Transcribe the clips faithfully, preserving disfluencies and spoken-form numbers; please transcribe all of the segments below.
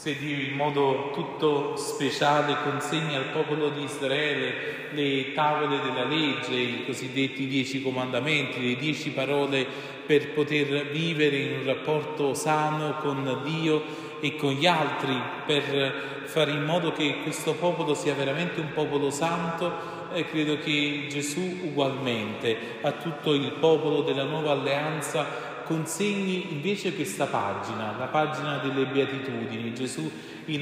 Se Dio in modo tutto speciale consegna al popolo di Israele le tavole della legge, i cosiddetti dieci comandamenti, le dieci parole per poter vivere in un rapporto sano con Dio e con gli altri, per fare in modo che questo popolo sia veramente un popolo santo, e credo che Gesù ugualmente a tutto il popolo della nuova alleanza consegni invece questa pagina, la pagina delle beatitudini. Gesù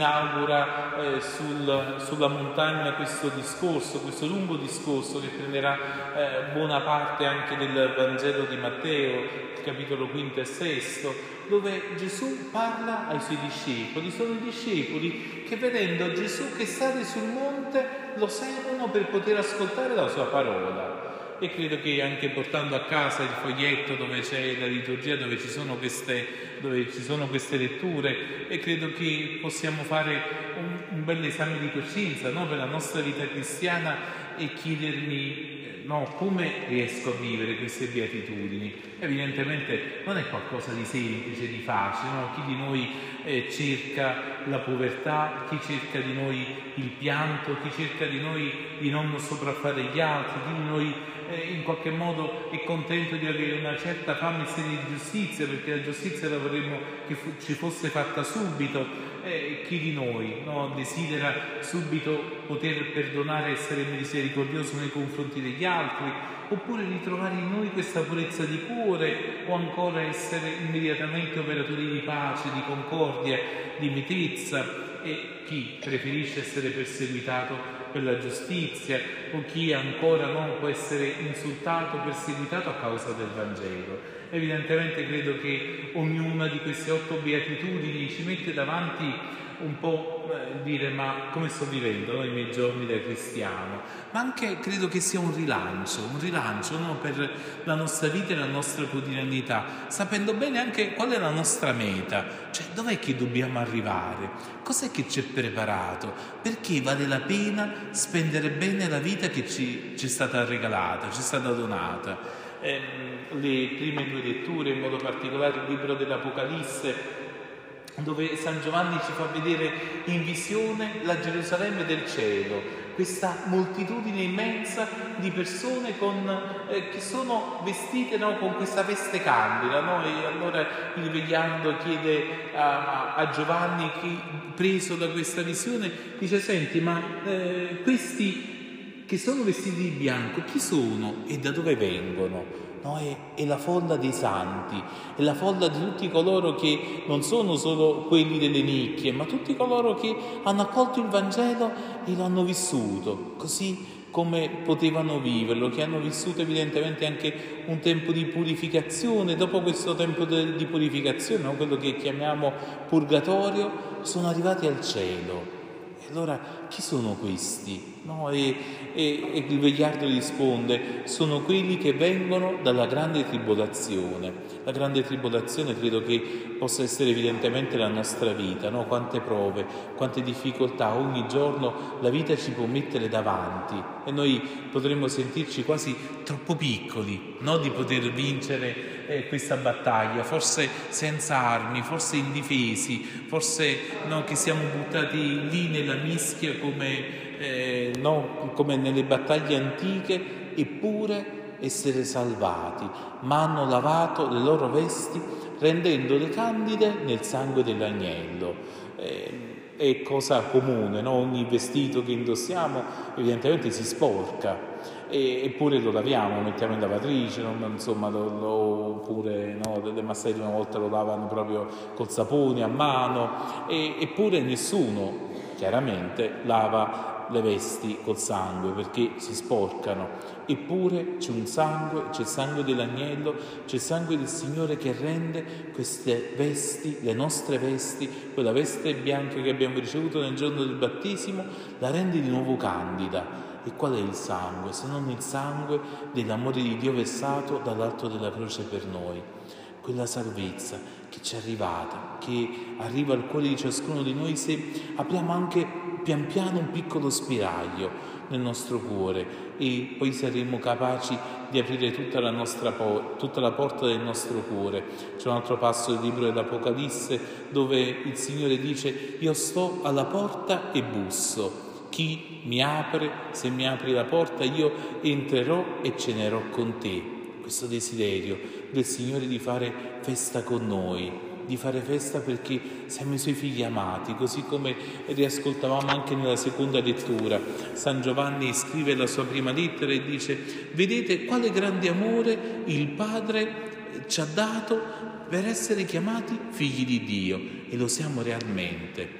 inaugura eh, sul, sulla montagna questo discorso, questo lungo discorso che prenderà eh, buona parte anche del Vangelo di Matteo, capitolo quinto e sesto, dove Gesù parla ai suoi discepoli. Sono i discepoli che, vedendo Gesù che sale sul monte, lo seguono per poter ascoltare la sua parola. E credo che anche portando a casa il foglietto dove c'è la liturgia, dove ci sono queste, dove ci sono queste letture, e credo che possiamo fare un, un bel esame di coscienza, no, per la nostra vita cristiana, e chiedermi no, come riesco a vivere queste beatitudini. Evidentemente non è qualcosa di semplice, di facile, no? Chi di noi eh, cerca la povertà, chi cerca di noi il pianto, chi cerca di noi di non sopraffare gli altri, chi di noi eh, in qualche modo è contento di avere una certa fame e sete di giustizia, perché la giustizia la vorremmo che fu, ci fosse fatta subito. Eh, chi di noi no, desidera subito poter perdonare e essere misericordioso nei confronti degli altri, oppure ritrovare in noi questa purezza di cuore, o ancora essere immediatamente operatori di pace, di concordia, di mitezza, e chi preferisce essere perseguitato per la giustizia, o chi ancora non può essere insultato, perseguitato a causa del Vangelo. Evidentemente credo che ognuna di queste otto beatitudini ci mette davanti un po' eh, dire ma come sto vivendo no, i miei giorni da cristiano, ma anche credo che sia un rilancio, un rilancio no, per la nostra vita e la nostra quotidianità, sapendo bene anche qual è la nostra meta, cioè dov'è che dobbiamo arrivare, cos'è che ci è preparato, perché vale la pena spendere bene la vita che ci, ci è stata regalata, ci è stata donata. Eh, le prime due letture, in modo particolare il libro dell'Apocalisse, dove San Giovanni ci fa vedere in visione la Gerusalemme del cielo, questa moltitudine immensa di persone con, eh, che sono vestite no, con questa veste candida, no? E allora il vegliardo chiede a, a Giovanni, che, preso da questa visione, dice: senti, ma eh, questi che sono vestiti di bianco, chi sono e da dove vengono? No, è, è la folla dei santi, è la folla di tutti coloro che non sono solo quelli delle nicchie, ma tutti coloro che hanno accolto il Vangelo e lo hanno vissuto così come potevano viverlo, che hanno vissuto evidentemente anche un tempo di purificazione. Dopo questo tempo de, di purificazione, no, quello che chiamiamo purgatorio, sono arrivati al cielo. Allora chi sono questi? No, e, e, e il vegliardo risponde: sono quelli che vengono dalla grande tribolazione. La grande tribolazione credo che possa essere evidentemente la nostra vita, no? Quante prove, quante difficoltà ogni giorno la vita ci può mettere davanti, e noi potremmo sentirci quasi troppo piccoli, no? Di poter vincere eh, questa battaglia, forse senza armi, forse indifesi, forse no, che siamo buttati lì nella mischia come Eh, no, come nelle battaglie antiche, eppure essere salvati, ma hanno lavato le loro vesti rendendole candide nel sangue dell'agnello. Eh, è cosa comune, no? Ogni vestito che indossiamo evidentemente si sporca, e, eppure lo laviamo, lo mettiamo in lavatrice, no? Insomma, lo, lo, oppure no, le masserie una volta lo lavano proprio col sapone a mano, e, eppure nessuno chiaramente lava le vesti col sangue, perché si sporcano. Eppure c'è un sangue, c'è il sangue dell'agnello, c'è il sangue del Signore che rende queste vesti, le nostre vesti, quella veste bianca che abbiamo ricevuto nel giorno del battesimo, la rende di nuovo candida. E qual è il sangue? Se non il sangue dell'amore di Dio versato dall'alto della croce per noi. Quella salvezza che ci è arrivata, che arriva al cuore di ciascuno di noi se apriamo anche pian piano un piccolo spiraglio, nel nostro cuore e poi saremo capaci di aprire tutta la, nostra po- tutta la porta del nostro cuore. C'è un altro passo del libro dell'Apocalisse dove il Signore dice: io sto alla porta e busso, chi mi apre, se mi apri la porta io entrerò e cenerò con te. Questo desiderio del Signore di fare festa con noi, di fare festa perché siamo i Suoi figli amati, così come riascoltavamo anche nella seconda lettura. San Giovanni scrive la sua prima lettera e dice: vedete quale grande amore il Padre ci ha dato per essere chiamati figli di Dio, e lo siamo realmente.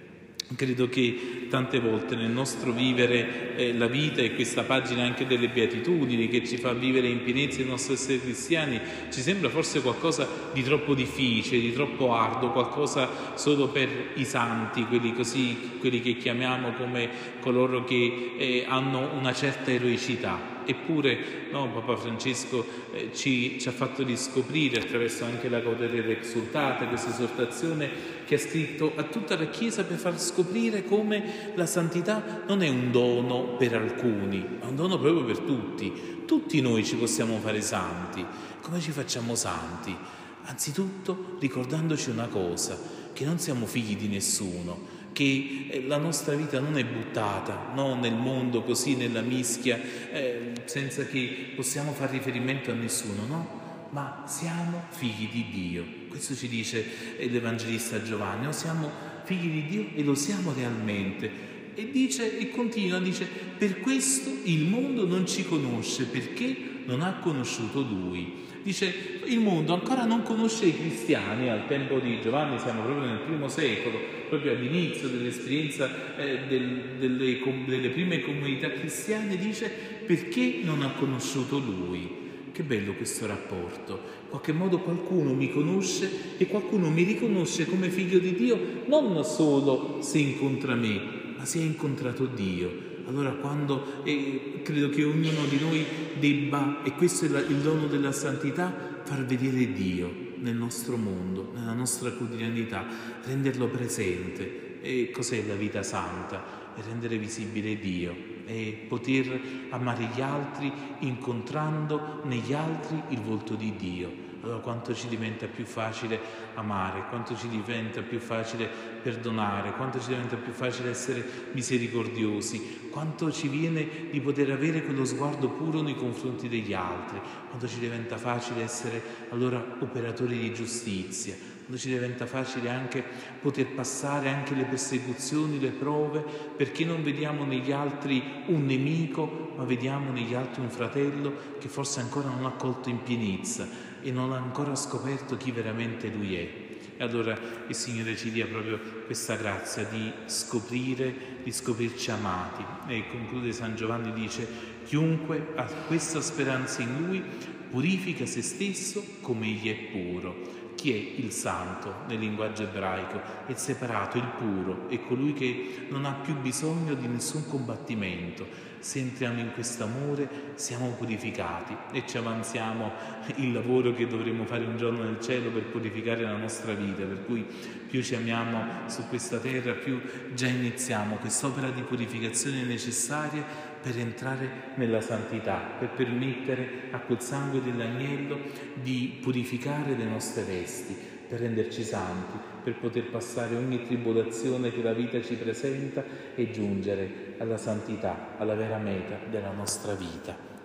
Credo che tante volte nel nostro vivere eh, la vita, e questa pagina anche delle Beatitudini che ci fa vivere in pienezza il nostro essere cristiani, ci sembra forse qualcosa di troppo difficile, di troppo arduo, qualcosa solo per i santi, quelli così, quelli che chiamiamo come coloro che eh, hanno una certa eroicità. Eppure no, Papa Francesco eh, ci, ci ha fatto riscoprire attraverso anche la Gaudetur Exsultate, questa esortazione che ha scritto a tutta la Chiesa per far scoprire come la santità non è un dono per alcuni, ma un dono proprio per tutti. Tutti noi ci possiamo fare santi. Come ci facciamo santi? Anzitutto ricordandoci una cosa, che non siamo figli di nessuno, che la nostra vita non è buttata, no, nel mondo così, nella mischia, eh, senza che possiamo fare riferimento a nessuno, no? Ma siamo figli di Dio. Questo ci dice l'Evangelista Giovanni, no? Siamo figli di Dio e lo siamo realmente. E dice, e continua, dice: per questo il mondo non ci conosce, perché non ha conosciuto Lui. Dice, il mondo ancora non conosce i cristiani. Al tempo di Giovanni siamo proprio nel primo secolo, proprio all'inizio dell'esperienza eh, del, delle, delle prime comunità cristiane. Dice, perché non ha conosciuto Lui. Che bello questo rapporto. In qualche modo qualcuno mi conosce e qualcuno mi riconosce come figlio di Dio, non solo se incontra me, ma se ha incontrato Dio. Allora quando eh, credo che ognuno di noi debba, e questo è la, il dono della santità, far vedere Dio nel nostro mondo, nella nostra quotidianità, renderlo presente. E cos'è la vita santa? È rendere visibile Dio e poter amare gli altri incontrando negli altri il volto di Dio. Allora quanto ci diventa più facile amare, quanto ci diventa più facile perdonare, quanto ci diventa più facile essere misericordiosi, quanto ci viene di poter avere quello sguardo puro nei confronti degli altri, quanto ci diventa facile essere allora operatori di giustizia, quando ci diventa facile anche poter passare anche le persecuzioni, le prove, perché non vediamo negli altri un nemico, ma vediamo negli altri un fratello che forse ancora non ha colto in pienezza e non ha ancora scoperto chi veramente Lui è. E allora il Signore ci dia proprio questa grazia di scoprire, di scoprirci amati. E conclude San Giovanni, dice: chiunque ha questa speranza in Lui purifica se stesso come Egli è puro. Chi è il santo nel linguaggio ebraico? È il separato, il puro, è colui che non ha più bisogno di nessun combattimento. Se entriamo in questo amore siamo purificati e ci avanziamo il lavoro che dovremo fare un giorno nel cielo per purificare la nostra vita, per cui più ci amiamo su questa terra, più già iniziamo quest'opera di purificazione necessaria per entrare nella santità, per permettere a quel sangue dell'agnello di purificare le nostre vesti, per renderci santi, per poter passare ogni tribolazione che la vita ci presenta e giungere alla santità, alla vera meta della nostra vita.